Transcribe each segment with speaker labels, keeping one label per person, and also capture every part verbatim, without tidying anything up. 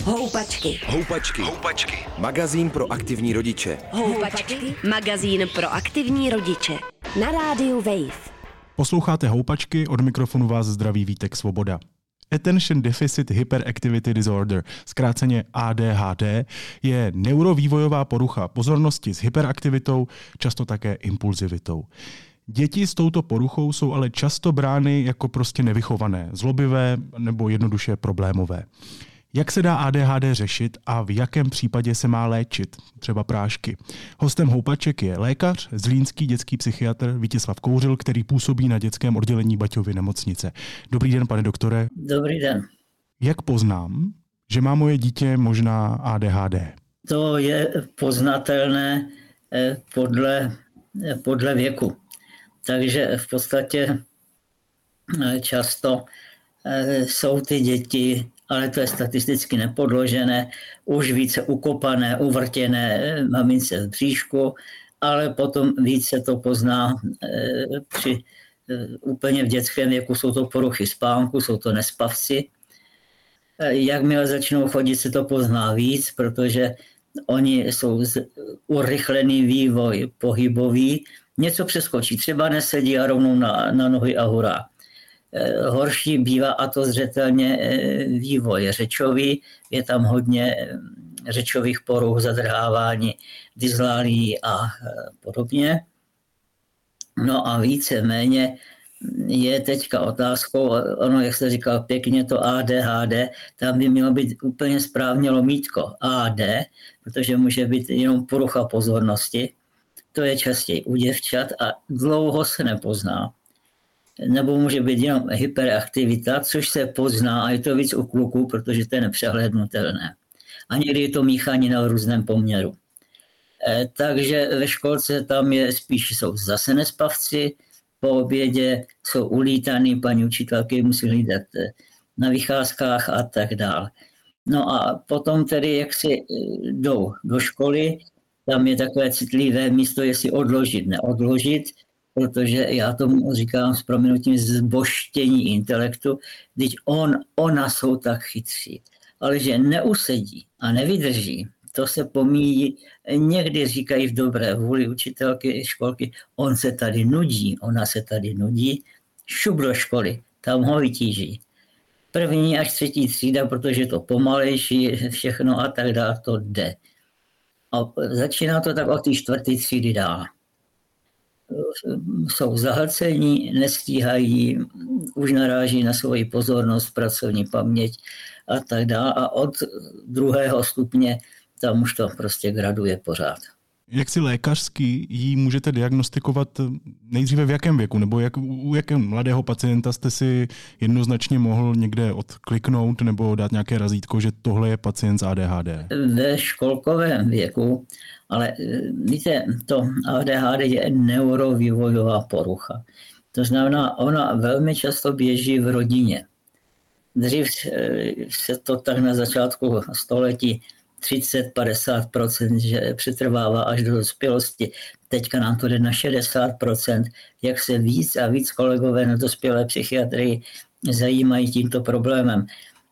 Speaker 1: Houpačky.
Speaker 2: Houpačky. Houpačky. Magazín pro aktivní rodiče.
Speaker 1: Houpačky. Magazín pro aktivní rodiče. Na rádiu Wave.
Speaker 3: Posloucháte Houpačky, od mikrofonu vás zdraví Vítek Svoboda. Attention Deficit Hyperactivity Disorder, zkráceně A D H D, je neurovývojová porucha pozornosti s hyperaktivitou, často také impulzivitou. Děti s touto poruchou jsou ale často brány jako prostě nevychované, zlobivé nebo jednoduše problémové. Jak se dá A D H D řešit a v jakém případě se má léčit, třeba prášky? Hostem Houpaček je lékař, zlínský dětský psychiatr Vítězslav Kouřil, který působí na dětském oddělení Baťovy nemocnice. Dobrý den, pane doktore.
Speaker 4: Dobrý den.
Speaker 3: Jak poznám, že má moje dítě možná A D H D?
Speaker 4: To je poznatelné podle, podle věku. Takže v podstatě často jsou ty děti, ale to je statisticky nepodložené, už více ukopané, uvrtěné mamince v bříšku, ale potom více to pozná při úplně v dětském věku, jsou to poruchy spánku, jsou to nespavci. Jakmile začnou chodit, se to pozná víc, protože oni jsou urychlený vývoj pohybový, něco přeskočí, třeba nesedí a rovnou na, na nohy a hurá. Horší bývá, a to zřetelně, vývoj řečový, je tam hodně řečových poruch, zadrhávání, dyslálií a podobně. No a víceméně je teďka otázkou, ono, jak se říkal pěkně, to A D H D, tam by mělo být úplně správně lomítko A D, protože může být jenom porucha pozornosti, to je častěji u děvčat a dlouho se nepozná. Nebo může být jenom hyperaktivita, což se pozná a je to víc u kluků, protože to je nepřehlédnutelné. A někdy je to míchání na různém poměru. E, takže ve školce tam je spíš jsou zase nespavci, po obědě jsou ulítaný, paní učitelky musí hlídat na vycházkách a tak dále. No a potom tedy, jak si jdou do školy, tam je takové citlivé místo, jestli odložit, neodložit, protože já tomu říkám s prominutím zboštění intelektu, když on, ona jsou tak chytří, ale že neusedí a nevydrží, to se pomíjí, někdy říkají v dobré vůli učitelky, školky, on se tady nudí, ona se tady nudí, šup do školy, tam ho vytíží. První až třetí třída, protože je to pomalejší, všechno a tak dále, to jde. A začíná to tak od té čtvrté třídy dál. Jsou zahlcení, nestíhají, už naráží na svoji pozornost, pracovní paměť a tak dále. A od druhého stupně tam už to prostě graduje pořád.
Speaker 3: Jak si lékařsky ji můžete diagnostikovat nejdříve v jakém věku? Nebo jak, u jakého mladého pacienta jste si jednoznačně mohl někde odkliknout nebo dát nějaké razítko, že tohle je pacient s A D H D?
Speaker 4: Ve školkovém věku, ale víte, to A D H D je neurovývojová porucha. To znamená, ona velmi často běží v rodině. Dřív se to tak na začátku století třicet až padesát procent, že přetrvává až do dospělosti. Teďka nám to jde na šedesát procent, jak se víc a víc kolegové na dospělé psychiatrii zajímají tímto problémem.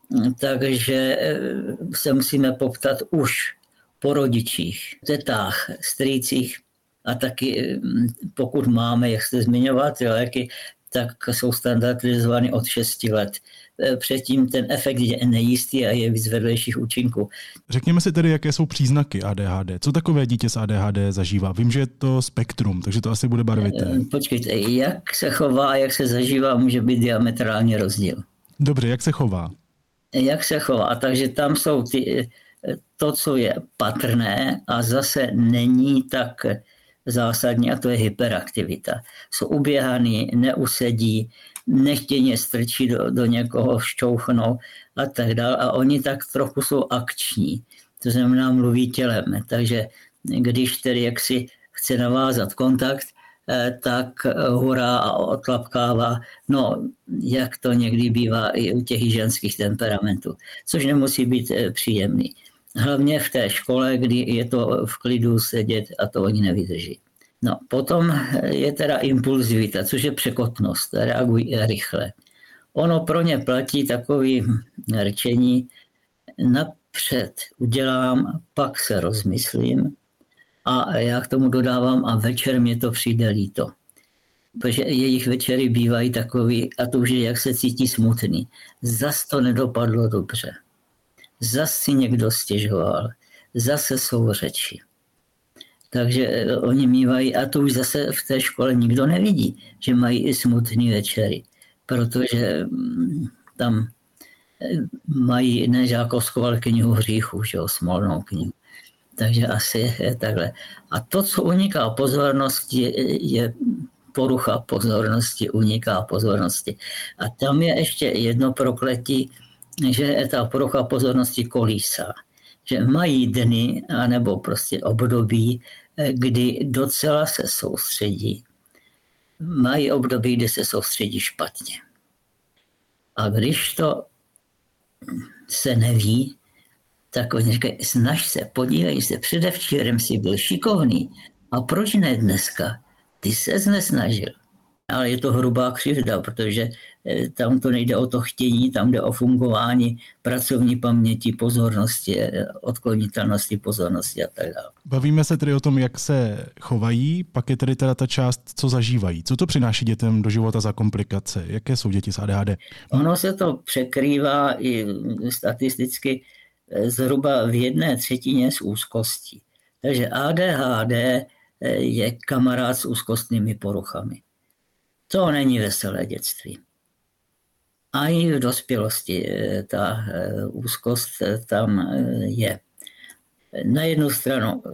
Speaker 4: Takže se musíme poptat už po rodičích, tetách, strýcích a taky pokud máme, jak jste zmiňoval, ty léky, tak jsou standardizovány od šesti let. Předtím ten efekt je nejistý a je víc vedlejších účinků.
Speaker 3: Řekněme si tedy, jaké jsou příznaky A D H D. Co takové dítě s A D H D zažívá? Vím, že je to spektrum, takže to asi bude barvité.
Speaker 4: Počkejte, jak se chová a jak se zažívá, může být diametrální rozdíl.
Speaker 3: Dobře, jak se chová?
Speaker 4: Jak se chová, takže tam jsou ty, to, co je patrné a zase není tak zásadní, a to je hyperaktivita. Jsou uběhaný, neusedí, nechtěně strčí do, do někoho, šťouchnou a tak dále. A oni tak trochu jsou akční, to znamená mluví tělem. Takže když tedy jaksi chce navázat kontakt, tak hurá a otlapkává. No, jak to někdy bývá i u těch ženských temperamentů, což nemusí být příjemný. Hlavně v té škole, kdy je to v klidu sedět a to oni nevydrží. No, potom je teda impulzivita, což je překotnost, reagují rychle. Ono pro ně platí takové rčení, na před udělám, pak se rozmyslím a já k tomu dodávám a večer mě to přijde líto. Protože jejich večery bývají takový, a to už je, jak se cítí smutný. Zas to nedopadlo dobře. Zas si někdo stěžoval. Zase jsou řeči. Takže oni mývají, a to už zase v té škole nikdo nevidí, že mají i smutný večery. Protože tam mají nežákovskou, ale knihu hříchů, že jo, smolnou knihu. Takže asi je takhle. A to, co uniká pozornosti, je porucha pozornosti, uniká pozornosti. A tam je ještě jedno prokletí, že ta porucha pozornosti kolísá. Že mají dny, anebo prostě období, kdy docela se soustředí. Mají období, kdy se soustředí špatně. A když to se neví, tak oni říkají, snaž se, podívej se, předevčírem si byl šikovný. A proč ne dneska? Ty ses nesnažil. Ale je to hrubá křivda, protože tam to nejde o to chtění, tam jde o fungování pracovní paměti, pozornosti, odklonitelnosti pozornosti a tak dále.
Speaker 3: Bavíme se tedy o tom, jak se chovají, pak je tedy teda ta část, co zažívají. Co to přináší dětem do života za komplikace? Jaké jsou děti s A D H D?
Speaker 4: Ono se to překrývá i statisticky zhruba v jedné třetině s úzkostí. Takže A D H D je kamarád s úzkostnými poruchami. To není veselé dětství. A i v dospělosti ta úzkost tam je. Na jednu stranu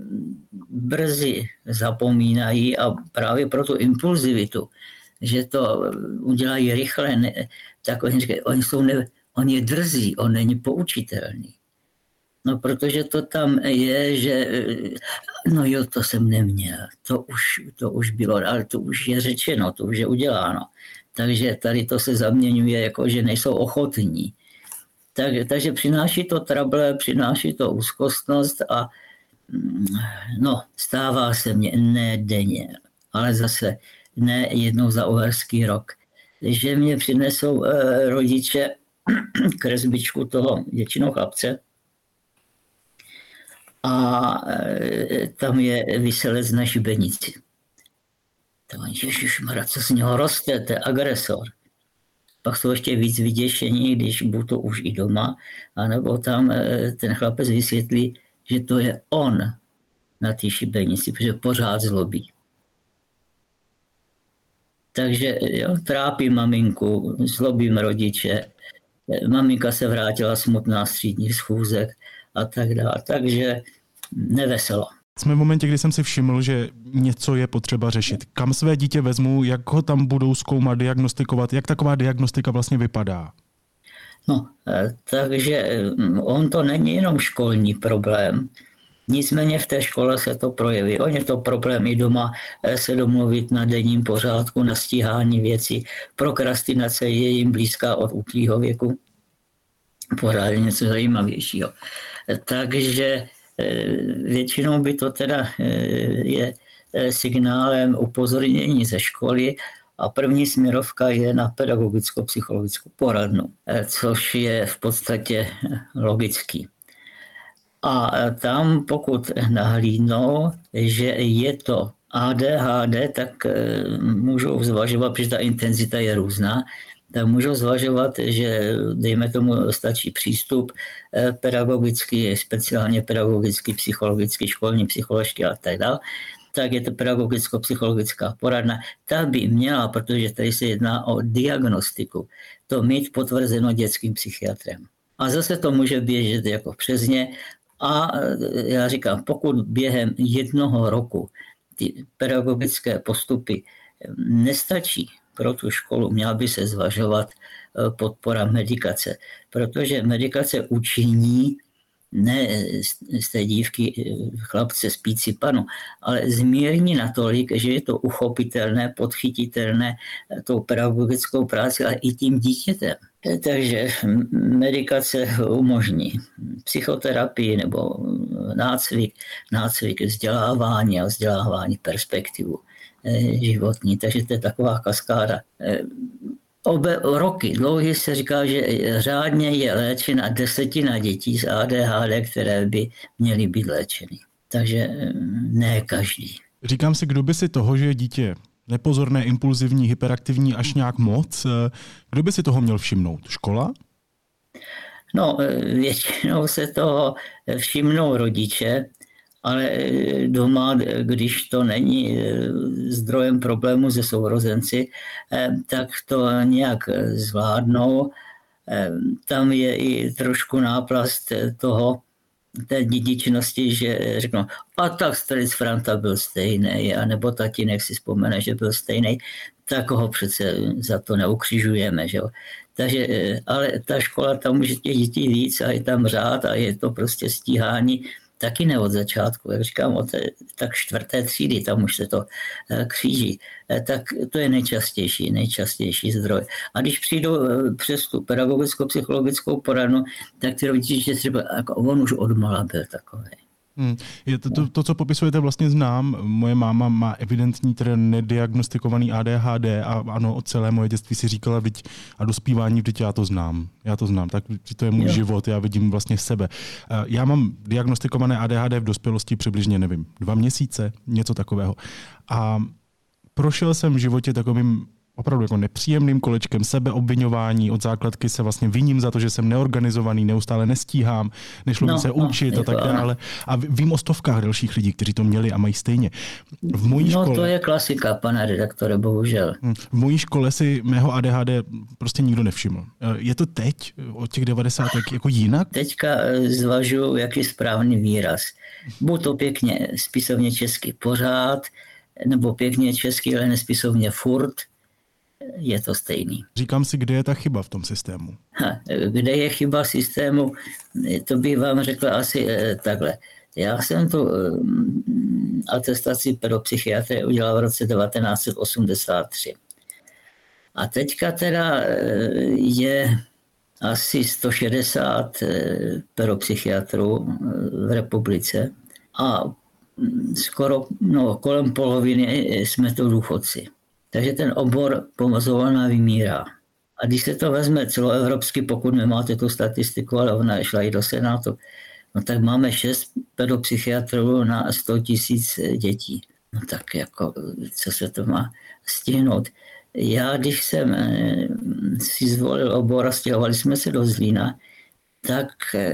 Speaker 4: brzy zapomínají a právě pro tu impulzivitu, že to udělají rychle, tak oni říkají, oni, jsou ne, oni je drzí, on není poučitelný. No, protože to tam je, že no jo, to jsem neměl, to už, to už bylo, ale to už je řečeno, to už je uděláno. Takže tady to se zaměňuje jako, že nejsou ochotní. Tak, takže přináší to trable, přináší to úzkostnost a no, stává se mně ne denně, ale zase ne jednou za uherský rok, že mě přinesou eh, rodiče kresbičku toho většinou chlapce, a tam je viselec na šibenici. To on, ježišmarja, co z něho roste, to je agresor. Pak jsou ještě víc vyděšení, když budu to už i doma, anebo tam ten chlapec vysvětlí, že to je on na té šibenici, protože pořád zlobí. Takže jo, trápím maminku, zlobím rodiče, maminka se vrátila smutná z třídních schůzek a tak dále. Takže neveselo.
Speaker 3: Jsme v momentě, kdy jsem si všiml, že něco je potřeba řešit. Kam své dítě vezmu, jak ho tam budou zkoumat, diagnostikovat, jak taková diagnostika vlastně vypadá?
Speaker 4: No, takže on to není jenom školní problém. Nicméně v té škole se to projeví. On je to problém i doma se domluvit na denním pořádku, na stíhání věcí. Prokrastinace je jim blízká od útlýho věku. Pořád je něco zajímavějšího. Takže většinou by to teda je signálem upozornění ze školy a první směrovka je na pedagogicko-psychologickou poradnu, což je v podstatě logický. A tam, pokud nahlídnou, že je to A D H D, tak můžou zvažovat, protože ta intenzita je různá, tak můžou zvažovat, že dejme tomu stačí přístup pedagogický, speciálně pedagogický, psychologický, školní psycholožky a tak dále, tak je to pedagogicko-psychologická poradna. Ta by měla, protože tady se jedná o diagnostiku, to mít potvrzeno dětským psychiatrem. A zase to může běžet jako přesně. A já říkám, pokud během jednoho roku ty pedagogické postupy nestačí pro tu školu, měla by se zvažovat podpora medikace, protože medikace učiní ne z té dívky chlapce spící panu, ale zmírní natolik, že je to uchopitelné, podchytitelné tou pedagogickou práci, ale i tím dítětem. Takže medikace umožní psychoterapii nebo nácvik, nácvik vzdělávání a vzdělávání perspektivu životní. Takže to je taková kaskáda. Obe roky, dlouhý se říká, že řádně je léčena desetina dětí s A D H D, které by měly být léčeny. Takže ne každý.
Speaker 3: Říkám si, kdo by si toho, že je dítě nepozorné, impulzivní, hyperaktivní až nějak moc, kdo by si toho měl všimnout? Škola?
Speaker 4: No, většinou se toho všimnou rodiče, ale doma, když to není zdrojem problému se sourozenci, tak to nějak zvládnou. Tam je i trošku náplast toho, té dědičnosti, že řeknou, a tak strýc Franta byl stejný, anebo tatínek si vzpomene, že byl stejný, tak ho přece za to neukřižujeme. Že jo? Takže, ale ta škola, tam může těch dětí víc a je tam řád a je to prostě stíhání, taky ne od začátku, jak říkám, od tak čtvrté třídy, tam už se to kříží, tak to je nejčastější, nejčastější zdroj. A když přijdou přes tu pedagogicko-psychologickou poradnu, tak ty rodiče třeba, jako on už odmala byl takový.
Speaker 3: Hmm. Je to, to, to, co popisujete, vlastně znám. Moje máma má evidentní teda nediagnostikovaný A D H D a ano, od celé moje dětství si říkala, vždyť a dospívání, vždyť já to znám. Já to znám, tak to je můj jo. život, já vidím vlastně sebe. Já mám diagnostikované A D H D v dospělosti přibližně, nevím, dva měsíce, něco takového. A prošel jsem v životě takovým opravdu jako nepříjemným kolečkem sebeobviňování. Od základky se vlastně viním za to, že jsem neorganizovaný, neustále nestíhám, nešlo no, mi se no, učit a tak dále. A vím o stovkách dalších lidí, kteří to měli a mají stejně. V mojí
Speaker 4: no
Speaker 3: škole,
Speaker 4: to je klasika, pane redaktore, bohužel.
Speaker 3: V mojí škole si mého A D H D prostě nikdo nevšiml. Je to teď, od těch devadesátek, jako jinak?
Speaker 4: Teďka zvažuji, jaký správný výraz. Buď to pěkně spisovně česky pořád, nebo pěkně česky, ale nespisovně furt, je to stejný.
Speaker 3: Říkám si, kde je ta chyba v tom systému?
Speaker 4: Ha, kde je chyba systému, to bych vám řekl asi eh, takhle. Já jsem tu eh, atestaci pedopsychiatrie udělal v roce devatenáct set osmdesát tři. A teďka teda eh, je asi sto šedesát eh, pedopsychiatrů eh, v republice a skoro no, kolem poloviny jsme to důchodci. Takže ten obor pomazovaná vymírá. A když se to vezme celoevropsky, pokud nemáte tu statistiku, ale ona šla i do Senátu, no tak máme šest pedopsychiatrů na sto tisíc dětí. No tak jako, co se to má stihnout? Já, když jsem si zvolil obor a stěhovali jsme se do Zlína, tak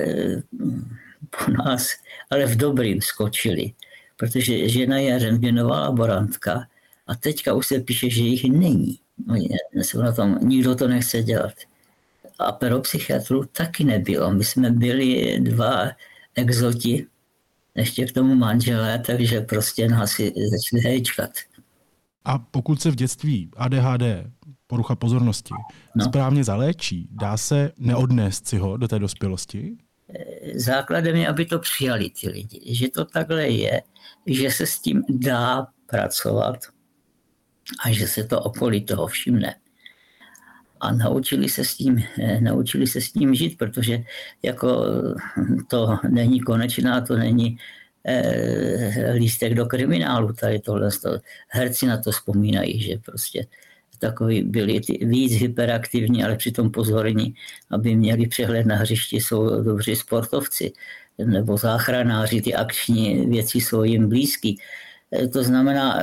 Speaker 4: po nás, ale v dobrým, skočili. Protože žena je rentgenová laborantka, a teďka už se píše, že jich není. No, na tom, nikdo to nechce dělat. A pedopsychiatrů taky nebylo. My jsme byli dva exoti, ještě k tomu manželé, takže prostě nás si začali hejčkat.
Speaker 3: A pokud se v dětství A D H D, porucha pozornosti, no. správně zaléčí, dá se neodnést si ho do té dospělosti?
Speaker 4: Základem je, aby to přijali ty lidi. Že to takhle je, že se s tím dá pracovat, a že se to okolí toho všimne. A naučili se s tím, naučili se s tím žít, protože jako to není konečná, to není eh, lístek do kriminálu. Tady tohle, herci na to vzpomínají, že prostě takový byli ty, víc hyperaktivní, ale přitom pozorní, aby měli přehled na hřišti, jsou dobří sportovci, nebo záchranáři, ty akční věci jsou jim blízký. To znamená,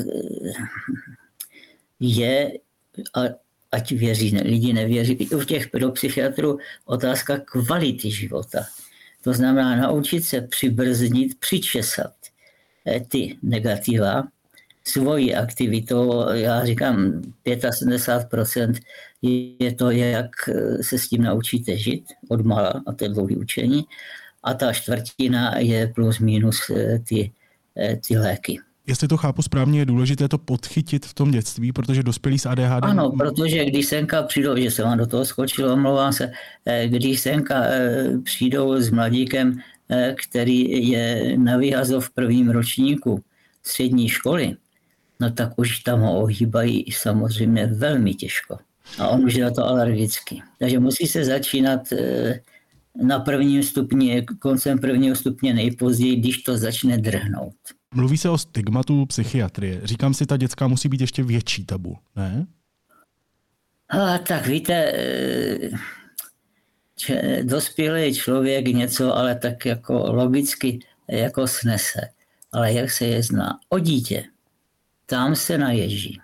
Speaker 4: je, ať věří, lidi nevěří, i u těch pedopsychiatrů otázka kvality života. To znamená naučit se přibrzdit, přičesat ty negativa svojí aktivitou. Já říkám, sedmdesát pět procent je to, jak se s tím naučíte žít odmala, a to je dlouhé učení. A ta čtvrtina je plus minus ty ty léky.
Speaker 3: Jestli to chápu správně, je důležité to podchytit v tom dětství, protože dospělí s A D H D...
Speaker 4: Ano, protože když senka přijdou, že se vám do toho skočilo, omlouvám se, když senka přijdou s mladíkem, který je na výhazo v prvním ročníku střední školy, no tak už tam ho ohýbají samozřejmě velmi těžko. A on už je na to alergický. Takže musí se začínat na prvním stupni, koncem prvního stupně nejpozději, když to začne drhnout.
Speaker 3: Mluví se o stigmatu psychiatrie. Říkám si, ta dětská musí být ještě větší tabu, ne?
Speaker 4: A tak víte, dospělý člověk něco, ale tak jako logicky jako snese. Ale jak se je zná o dítě, tam se naježí.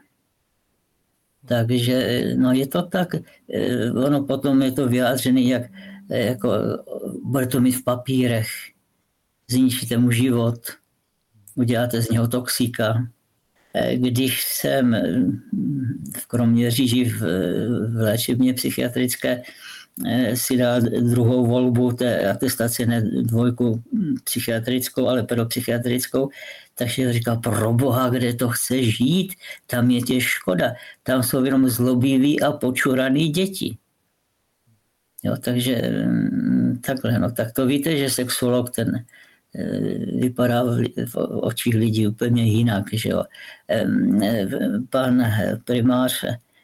Speaker 4: Takže no je to tak, ono potom je to vyjádřené, jak jako, bude to mít v papírech, zničíte mu život, uděláte z něho toxika. Když jsem v Kroměříži v, v léčebně psychiatrické si dal druhou volbu té atestace, ne dvojku psychiatrickou, ale pedopsychiatrickou, takže říkal, pro boha, kde to chce žít, tam je tě škoda, tam jsou jenom zlobiví a počuraný děti. Jo, takže takhle, no tak to víte, že sexuolog ten vypadá v očích lidí úplně jinak, že jo. Pan primář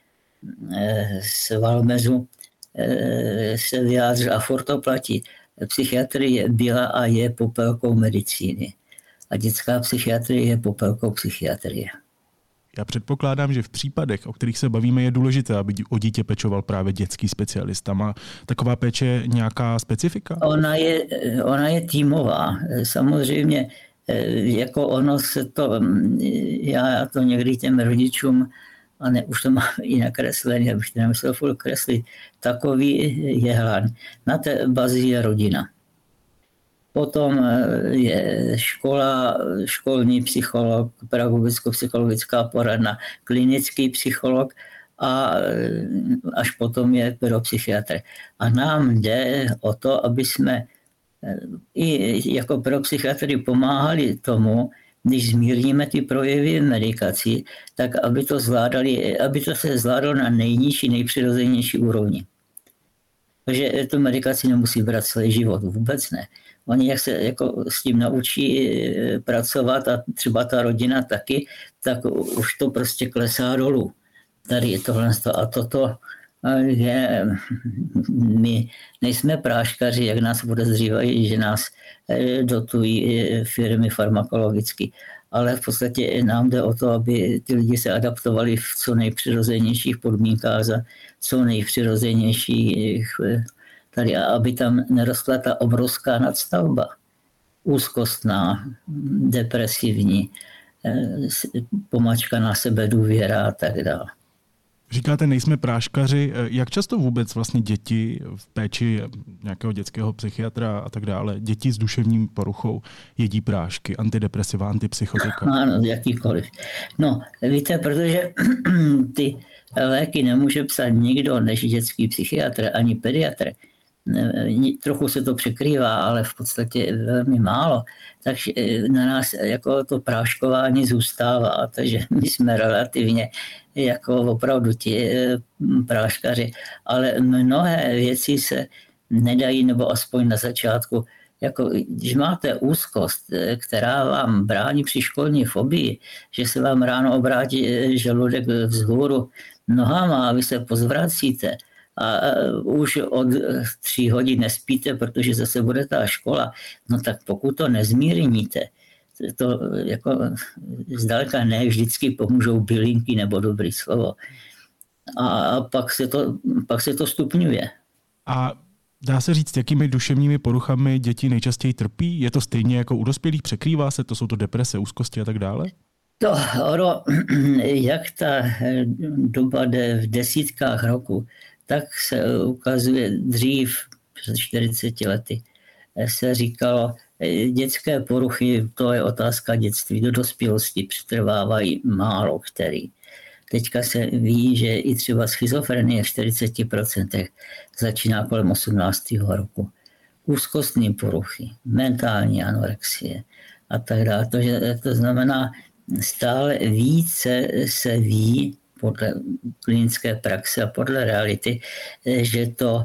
Speaker 4: z Valmezu se vyjádřil a furt to platí. Psychiatrie byla a je popelkou medicíny. A dětská psychiatrie je popelkou psychiatrie.
Speaker 3: Já předpokládám, že v případech, o kterých se bavíme, je důležité, aby o dítě pečoval právě dětský specialista. Má taková péče nějaká specifika?
Speaker 4: Ona je, ona je týmová. Samozřejmě, jako ono se to, já to někdy těm rodičům, a ne, už to mám i nakreslený, abych to nemusel furt kreslit, takový je hlan. Na té bazi je rodina. Potom je škola, školní psycholog, pedagogicko-psychologická poradna, klinický psycholog a až potom je pedopsychiatr. A nám jde o to, aby jsme i jako pedopsychiatry pomáhali tomu, když zmírníme ty projevy medikací, tak aby to zvládali, aby to se zvládlo na nejnižší, nejpřirozenější úrovni. Takže tu medikaci nemusí brát celý život, vůbec ne. Oni jak se jako s tím naučí pracovat a třeba ta rodina taky, tak už to prostě klesá dolů. Tady je tohle a toto je, my nejsme práškaři, jak nás podezřívají, že nás dotují firmy farmakologicky. Ale v podstatě nám jde o to, aby ty lidi se adaptovali v co nejpřirozenějších podmínkách za co nejpřirozenějších tady, aby tam nerostla ta obrovská nadstavba. Úzkostná, depresivní, pomačka na sebe důvěra a tak dále.
Speaker 3: Říkáte, nejsme práškaři. Jak často vůbec vlastně děti v péči nějakého dětského psychiatra a tak dále, děti s duševním poruchou jedí prášky, antidepresiva, antipsychotika?
Speaker 4: Ano, jakýkoliv. No, víte, protože ty léky nemůže psát nikdo než dětský psychiatr ani pediatr. Trochu se to překrývá, ale v podstatě velmi málo. Takže na nás jako to práškování zůstává, takže my jsme relativně jako opravdu ti práškaři, ale mnohé věci se nedají, nebo aspoň na začátku, jako když máte úzkost, která vám brání při školní fobii, že se vám ráno obrátí žaludek vzhůru nohama a vy se pozvracíte, a už od tří hodin nespíte, protože zase bude ta škola, no tak pokud to nezmírníte, to jako zdaleka ne vždycky pomůžou bylinky nebo dobrý slovo. A pak se to, pak se to stupňuje. A
Speaker 3: dá se říct, jakými duševními poruchami děti nejčastěji trpí? Je to stejně jako u dospělých? Překrývá se? To jsou to deprese, úzkosti a tak dále?
Speaker 4: To, ono, jak ta doba jde v desítkách roku, tak se ukazuje dřív, před čtyřiceti lety, se říkalo, dětské poruchy, to je otázka dětství, do dospělosti přetrvávají málo který. Teďka se ví, že i třeba schizofrenie v čtyřicet procent začíná kolem osmnáctého roku. Úzkostní poruchy, mentální anorexie a tak dále. To, že, to znamená, stále více se ví podle klinické praxe a podle reality, že to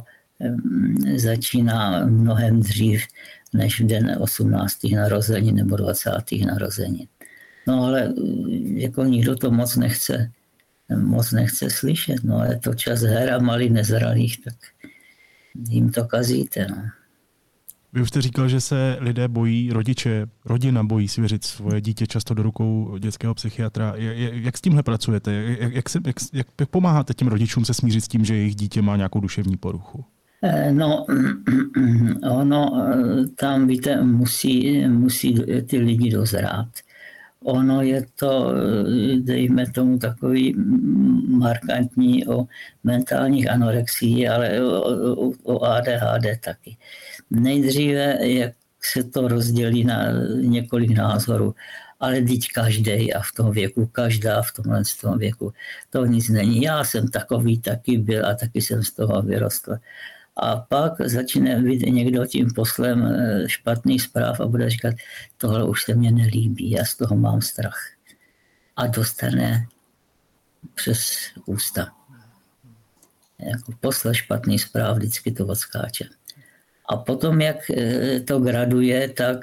Speaker 4: začíná mnohem dřív než v den osmnáctých narozenin nebo dvacátých narozenin. No ale jako nikdo to moc nechce, moc nechce slyšet. No je to čas her a malých nezralých, tak jim to kazíte. No.
Speaker 3: Vy už jste říkal, že se lidé bojí, rodiče, rodina bojí svěřit svoje dítě často do rukou dětského psychiatra. Jak s tímhle pracujete? Jak, jak, se, jak, jak pomáháte těm rodičům se smířit s tím, že jejich dítě má nějakou duševní poruchu?
Speaker 4: No, ono tam, víte, musí, musí ty lidi dozrát. Ono je to, dejme tomu, takový markantní o mentálních anorexii, ale o, o A D H D taky. Nejdříve, jak se to rozdělí na několik názorů, ale teď každý a v tom věku, každá v tomhle z tom věku, to nic není. Já jsem takový taky byl a taky jsem z toho vyrostl. A pak začne být někdo tím poslem špatných zpráv a bude říkat, tohle už se mně nelíbí, já z toho mám strach. A dostane přes ústa. Jako posle špatných zpráv vždycky to odskáče. A potom, jak to graduje, tak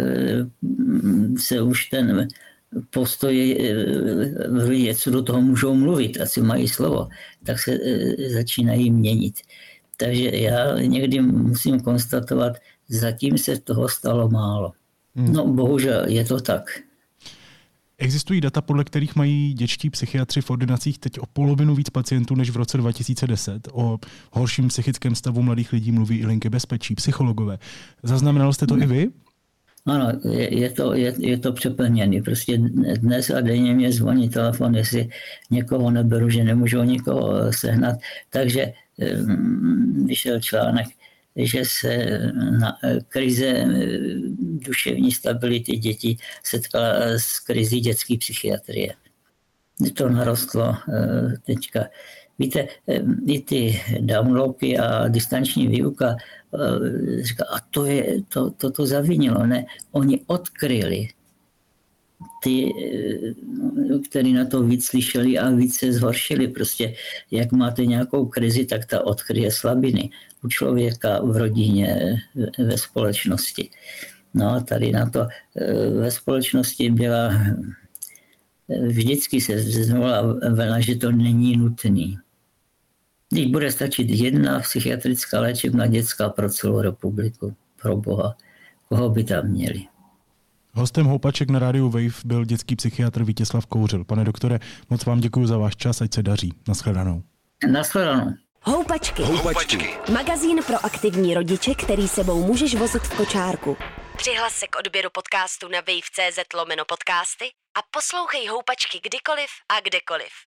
Speaker 4: se už ten postoj lidé, co do toho můžou mluvit, asi mají slovo, tak se začínají měnit. Takže já někdy musím konstatovat, zatím se toho stalo málo. No bohužel je to tak.
Speaker 3: Existují data, podle kterých mají dětští psychiatři v ordinacích teď o polovinu víc pacientů než v roce dva tisíce deset. O horším psychickém stavu mladých lidí mluví i linky bezpečí, psychologové. Zaznamenal jste to hmm. i vy?
Speaker 4: Ano, je, je, to, je, je to přeplněný. Prostě dnes a denně mě zvoní telefon, jestli někoho neberu, že nemůžu nikoho sehnat. Takže vyšel článek, že se na krize duševní stability dětí setkala s krizí dětské psychiatrie. To narostlo teďka. Víte, i ty downloady a distanční výuka, říká, a to je, to, to, to zavinilo, ne? Oni odkryli ty, kteří na to víc slyšeli a víc se zhoršili. Prostě jak máte nějakou krizi, tak ta odkryje slabiny u člověka, v rodině, ve společnosti. No a tady na to ve společnosti byla, vždycky se znula vlna, že to není nutný. Když bude stačit jedna psychiatrická léčebna dětská pro celou republiku, pro Boha, koho by tam měli.
Speaker 3: Hostem Houpaček na rádiu Wave byl dětský psychiatr Vítězslav Kouřil. Pane doktore, moc vám děkuji za váš čas, ať se daří. Naschledanou.
Speaker 4: Naschledanou.
Speaker 1: Houpačky.
Speaker 2: Houpačky.
Speaker 1: Magazín pro aktivní rodiče, který sebou můžeš vozit v kočárku. Přihlas se k odběru podcastu na wave tečka cz lomeno podcasty a poslouchej Houpačky kdykoliv a kdekoliv.